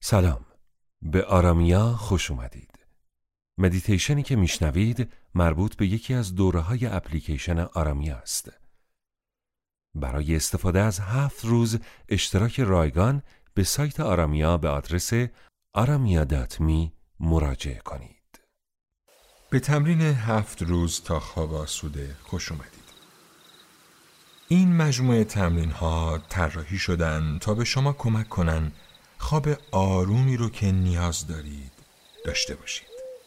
سلام، به آرامیا خوش اومدید. مدیتیشنی که میشنوید مربوط به یکی از دوره‌های اپلیکیشن آرامیا است. برای استفاده از 7 روز اشتراک رایگان به سایت آرامیا به آدرس aramia.me مراجعه کنید. به تمرین 7 روز تا خواب آسوده خوش اومدید. این مجموعه تمرین ها طراحی شدن تا به شما کمک کنن خواب آرومی رو که نیاز دارید داشته باشید.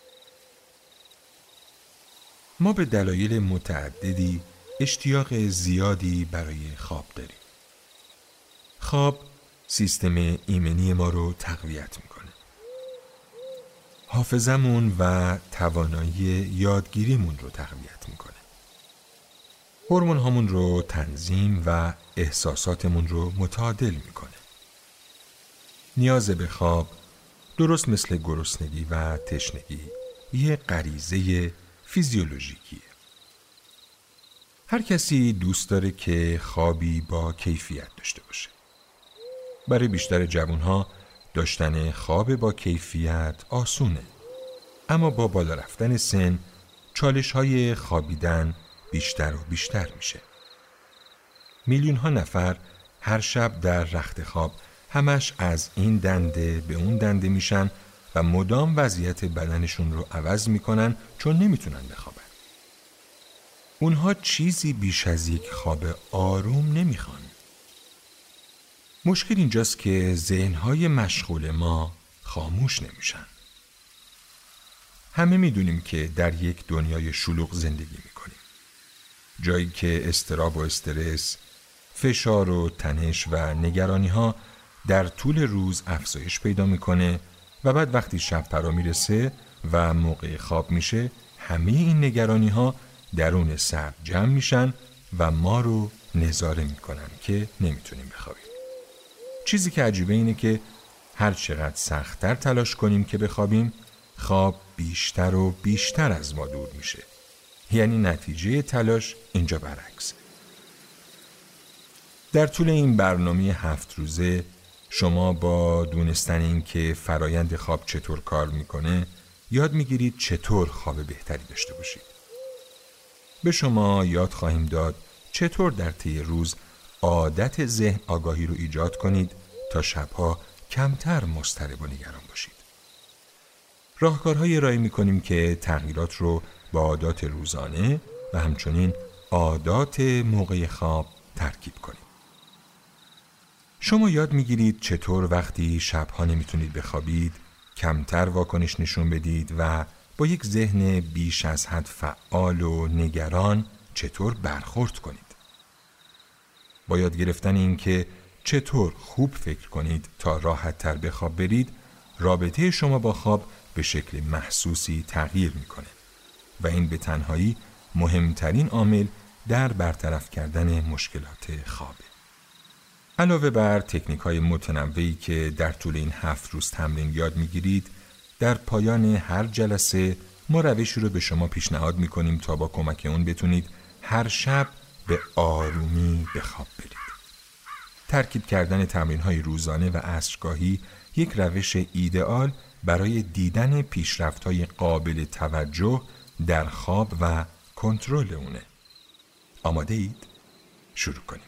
ما به دلایل متعددی اشتیاق زیادی برای خواب داریم. خواب سیستم ایمنی ما رو تقویت میکنه. حافظمون و توانایی یادگیریمون رو تقویت میکنه. هورمون هامون رو تنظیم و احساساتمون رو متعادل میکنه. نیاز به خواب درست مثل گرسنگی و تشنگی یه غریزه فیزیولوژیکیه. هر کسی دوست داره که خوابی با کیفیت داشته باشه. برای بیشتر جوانها داشتن خواب با کیفیت آسونه. اما با بالا رفتن سن چالش‌های خوابیدن بیشتر و بیشتر میشه. میلیون‌ها نفر هر شب در رخت خواب همش از این دنده به اون دنده میشن و مدام وضعیت بدنشون رو عوض میکنن چون نمیتونن بخوابن. اونها چیزی بیش از یک خواب آروم نمیخوان. مشکل اینجاست که ذهن‌های مشغول ما خاموش نمیشن. همه میدونیم که در یک دنیای شلوغ زندگی میکنیم. جایی که اضطراب و استرس، فشار و تنش و نگرانی‌ها در طول روز افزایش پیدا میکنه و بعد وقتی شب فرا میرسه و موقع خواب میشه همه این نگرانی‌ها درون سر جمع میشن و ما رو نظاره میکنن که نمیتونیم بخوابیم. چیزی که عجیبه اینه که هر چقدر سخت‌تر تلاش کنیم که بخوابیم خواب بیشتر و بیشتر از ما دور میشه. یعنی نتیجه تلاش اینجا برعکسه. در طول این برنامه 7 روزه شما با دونستن این که فرایند خواب چطور کار میکنه یاد میگیرید چطور خواب بهتری داشته باشید. به شما یاد خواهیم داد چطور در طی روز عادت ذهن آگاهی رو ایجاد کنید تا شبها کمتر مضطرب و نگران باشید. راهکارهایی ارائه میکنیم که تغییرات رو با عادات روزانه و همچنین عادات موقع خواب ترکیب کنید. شما یاد میگیرید چطور وقتی شبها نمیتونید بخوابید کمتر واکنش نشون بدید و با یک ذهن بیش از حد فعال و نگران چطور برخورد کنید. با یاد گرفتن این که چطور خوب فکر کنید تا راحت تر به خواب برید، رابطه شما با خواب به شکل محسوسی تغییر میکنه و این به تنهایی مهمترین عامل در برطرف کردن مشکلات خوابه. علاوه بر تکنیک‌های متنوعی که در طول این 7 روز تمرین یاد میگیرید، در پایان هر جلسه ما روشی رو به شما پیشنهاد میکنیم تا با کمک اون بتونید هر شب به آرومی به خواب برید. ترکیب کردن تمرین‌های روزانه و عصرگاهی یک روش ایدئال برای دیدن پیشرفت‌های قابل توجه در خواب و کنترل اونه. آماده اید؟ شروع کنیم.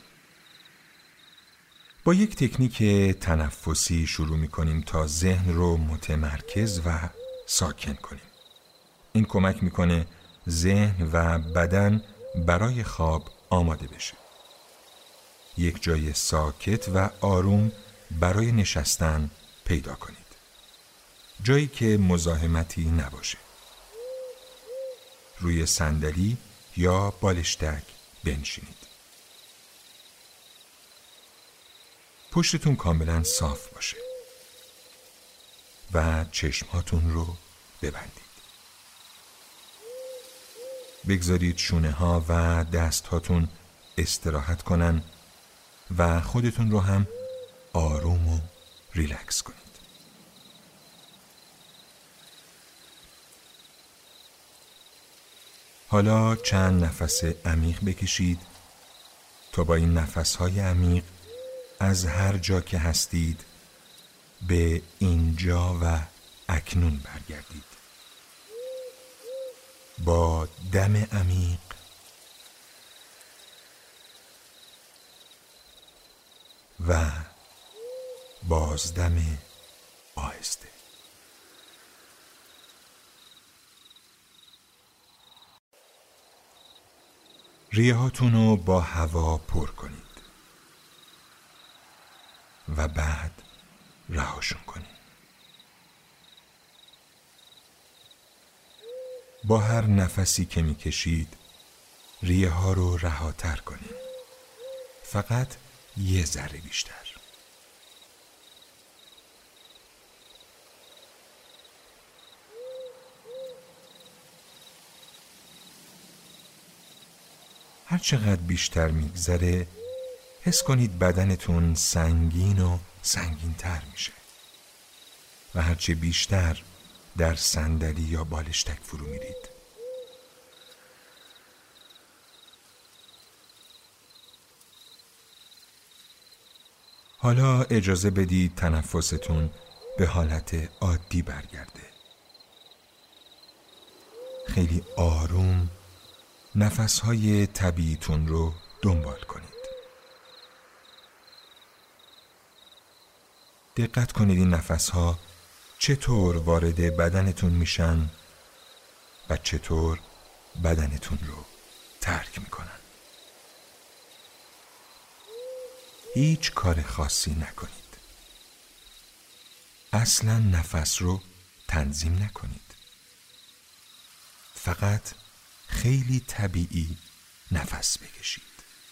با یک تکنیک تنفسی شروع می‌کنیم تا ذهن رو متمرکز و ساکن کنیم. این کمک می‌کنه ذهن و بدن برای خواب آماده بشه. یک جای ساکت و آروم برای نشستن پیدا کنید. جایی که مزاحمتی نباشه. روی صندلی یا بالشتک بنشینید. پشتتون کاملا صاف باشه و چشماتون رو ببندید. بگذارید شونه ها و دست هاتون استراحت کنن و خودتون رو هم آروم و ریلکس کنید. حالا چند نفس عمیق بکشید تا با این نفس‌های عمیق از هر جا که هستید به اینجا و اکنون برگردید. با دم عمیق و بازدم آهسته. ریه‌هاتون رو با هوا پر کنید و بعد رهاشون کنید. با هر نفسی که میکشید ریه ها رو رهاتر کنید. فقط یه ذره بیشتر. هر چقدر بیشتر میگذره حس کنید بدنتون سنگین و سنگین تر میشه و هرچه بیشتر در صندلی یا بالشتک فرو میرید. حالا اجازه بدید تنفستون به حالت عادی برگرده. خیلی آروم نفسهای طبیعیتون رو دنبال کنید. دقت کنید این نفسها چطور وارد بدنتون میشن و چطور بدنتون رو ترک میکنن. هیچ کار خاصی نکنید. اصلا نفس رو تنظیم نکنید. فقط خیلی طبیعی نفس بکشید.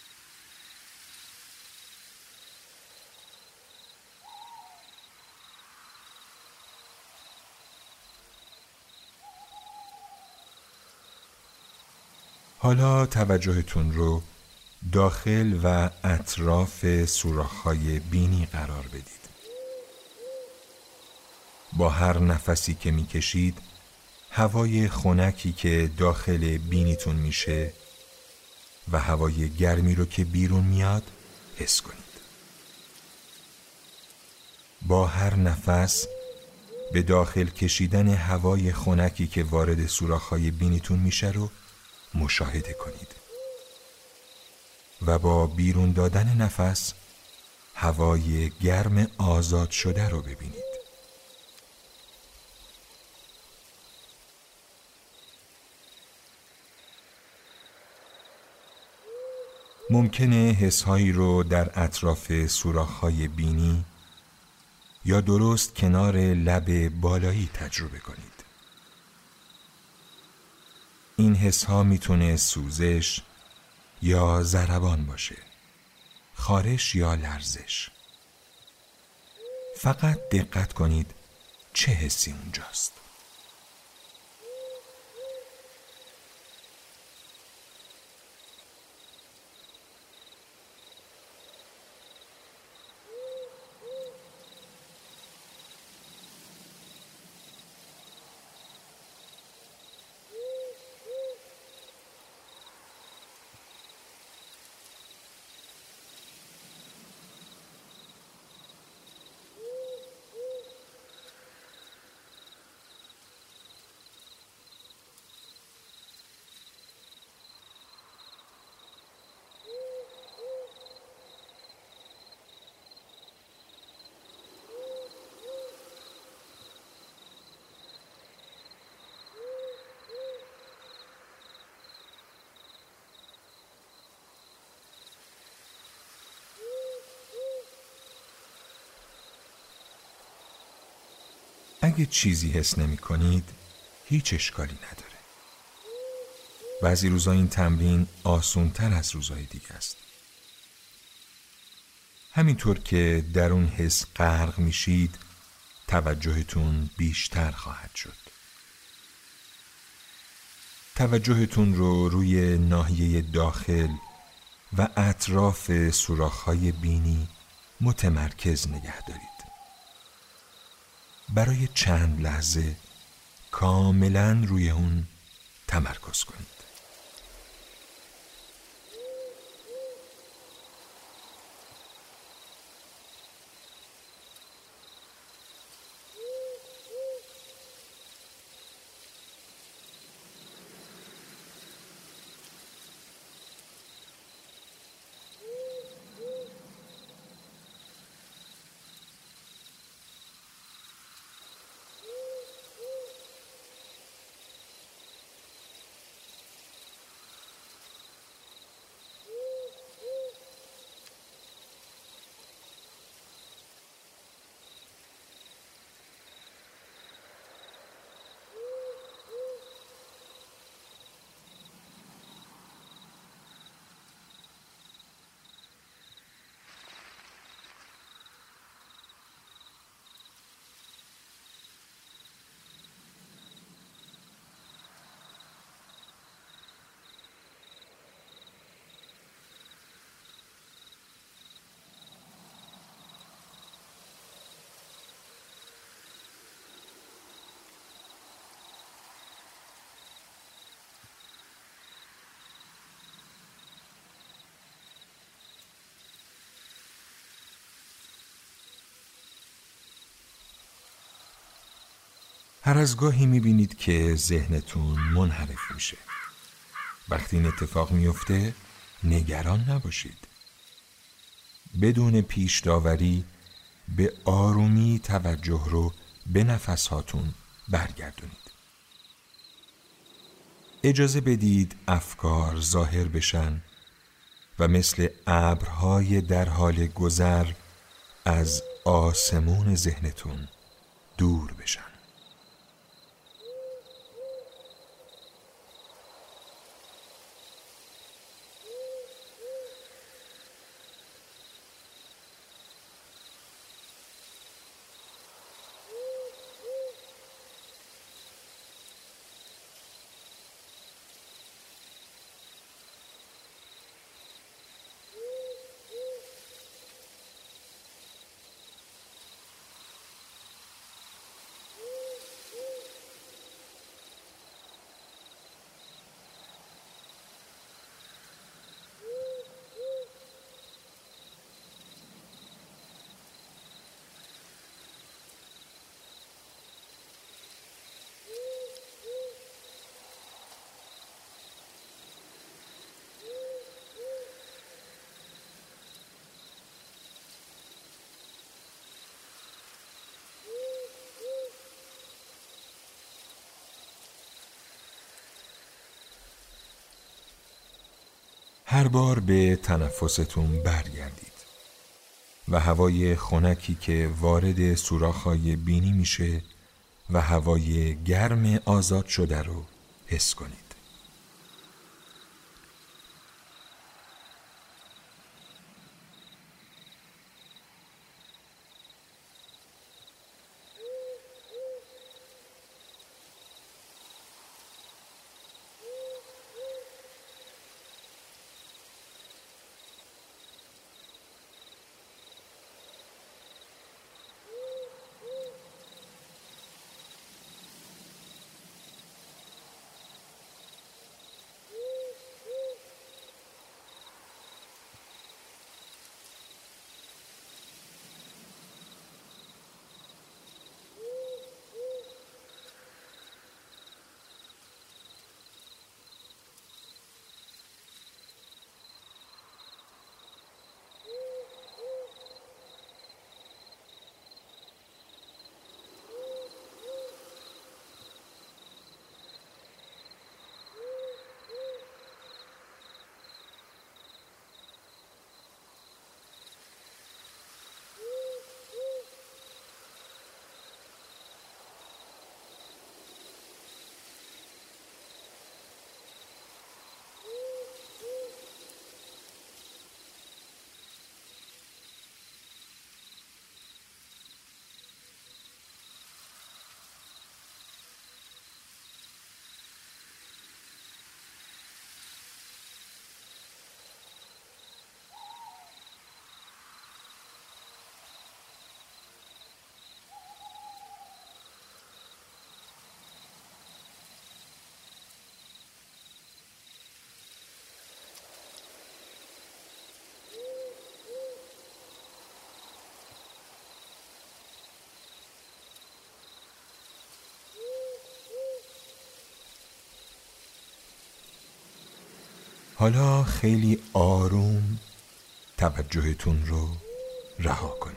حالا توجهتون رو داخل و اطراف سوراخ‌های بینی قرار بدید. با هر نفسی که میکشید هوای خنکی که داخل بینیتون میشه و هوای گرمی رو که بیرون میاد حس کنید. با هر نفس به داخل کشیدن هوای خنکی که وارد سوراخ‌های بینیتون میشه رو مشاهده کنید و با بیرون دادن نفس هوای گرم آزاد شده رو ببینید. ممکنه حس‌هایی رو در اطراف سوراخ‌های بینی یا درست کنار لب بالایی تجربه کنید. این حس‌ها میتونه سوزش یا ضربان باشه، خارش یا لرزش. فقط دقت کنید چه حسی اونجاست. اگه چیزی حس نمی کنید هیچ اشکالی نداره. بعضی روزا این تمرین آسان‌تر از روزهای دیگه است. همینطور که در اون حس غرق میشید توجهتون بیشتر خواهد شد. توجهتون رو روی ناحیه داخل و اطراف سوراخ‌های بینی متمرکز نگه دارید. برای چند لحظه کاملاً روی اون تمرکز کنید. هر از گاهی میبینید که ذهنتون منحرف میشه. وقتی این اتفاق میفته نگران نباشید. بدون پیش داوری به آرومی توجه رو به نفسهاتون برگردونید. اجازه بدید افکار ظاهر بشن و مثل ابرهای در حال گذر از آسمون ذهنتون دور بشن. هر بار به تنفستون برگردید و هوای خنکی که وارد سوراخ‌های بینی میشه و هوای گرم آزاد شده رو حس کنید. حالا خیلی آروم توجهتون رو رها کنید.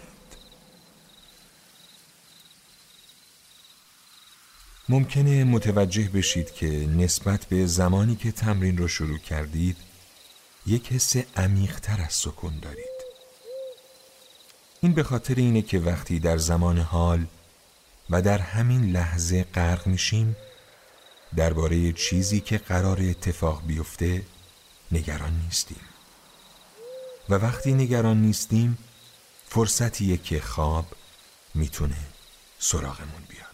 ممکنه متوجه بشید که نسبت به زمانی که تمرین رو شروع کردید یک حس عمیق‌تر از سکون دارید. این به خاطر اینه که وقتی در زمان حال و در همین لحظه غرق میشیم درباره چیزی که قرار اتفاق بیفته نگران نیستیم و وقتی نگران نیستیم فرصتیه که خواب میتونه سراغمون بیاد.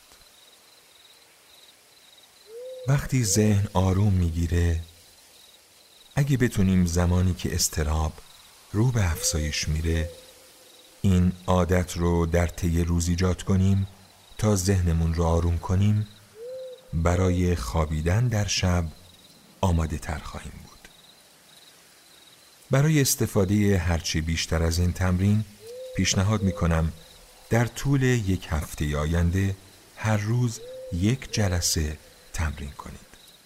وقتی ذهن آروم میگیره اگه بتونیم زمانی که اضطراب رو به افزایش میره این عادت رو در طی روز ایجاد کنیم تا ذهنمون رو آروم کنیم برای خوابیدن در شب آماده تر خواهیم بود. برای استفاده هرچی بیشتر از این تمرین پیشنهاد میکنم در طول یک هفته آینده هر روز 1 جلسه تمرین کنید.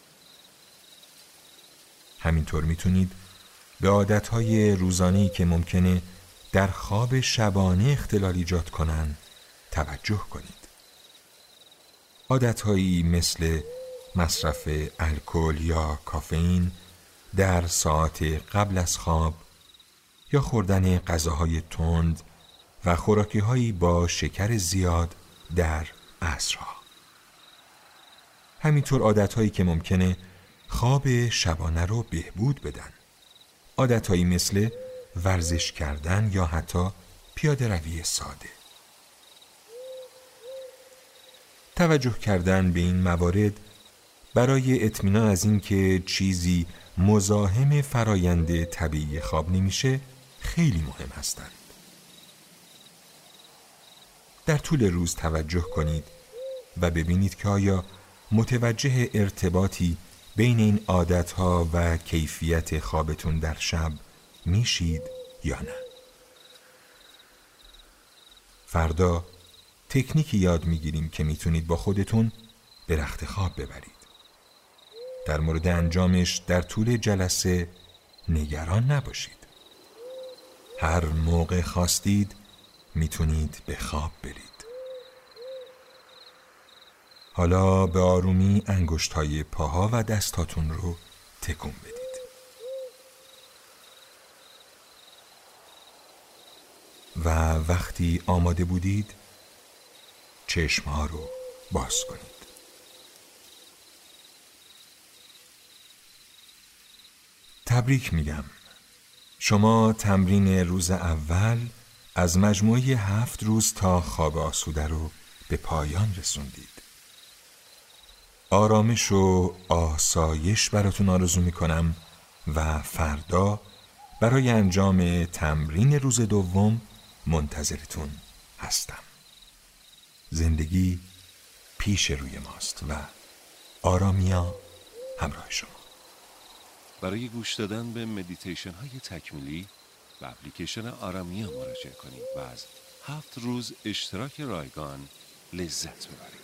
همینطور میتونید به عادتهای روزانه‌ای که ممکنه در خواب شبانه اختلال ایجاد کنن توجه کنید. عادتهایی مثل مصرف الکل یا کافئین در ساعت قبل از خواب یا خوردن غذاهای تند و خوراکی‌هایی با شکر زیاد در عصرها. همینطور عادتهایی که ممکنه خواب شبانه رو بهبود بدن. عادتهایی مثل ورزش کردن یا حتی پیاده روی ساده. توجه کردن به این موارد برای اطمینان از این که چیزی مزاحم فرایند طبیعی خواب نمیشه خیلی مهم هستند. در طول روز توجه کنید و ببینید که آیا متوجه ارتباطی بین این عادتها و کیفیت خوابتون در شب میشید یا نه. فردا تکنیکی یاد میگیریم که میتونید با خودتون به رخت خواب ببرید. در مورد انجامش در طول جلسه نگران نباشید. هر موقع خواستید میتونید به خواب برید. حالا به آرومی انگشت‌های پاها و دستاتون رو تکون بدید. و وقتی آماده بودید چشم‌ها رو باز کنید. تبریک میگم. شما تمرین روز اول از مجموعه 7 روز تا خواب آسوده رو به پایان رسوندید. آرامش و آسایش براتون آرزو میکنم و فردا برای انجام تمرین روز دوم منتظرتون هستم. زندگی پیش روی ماست و آرامیا همراه شما. برای گوش دادن به مدیتیشن های تکمیلی به اپلیکیشن آرامیا مراجعه کنید و از 7 روز اشتراک رایگان لذت ببرید.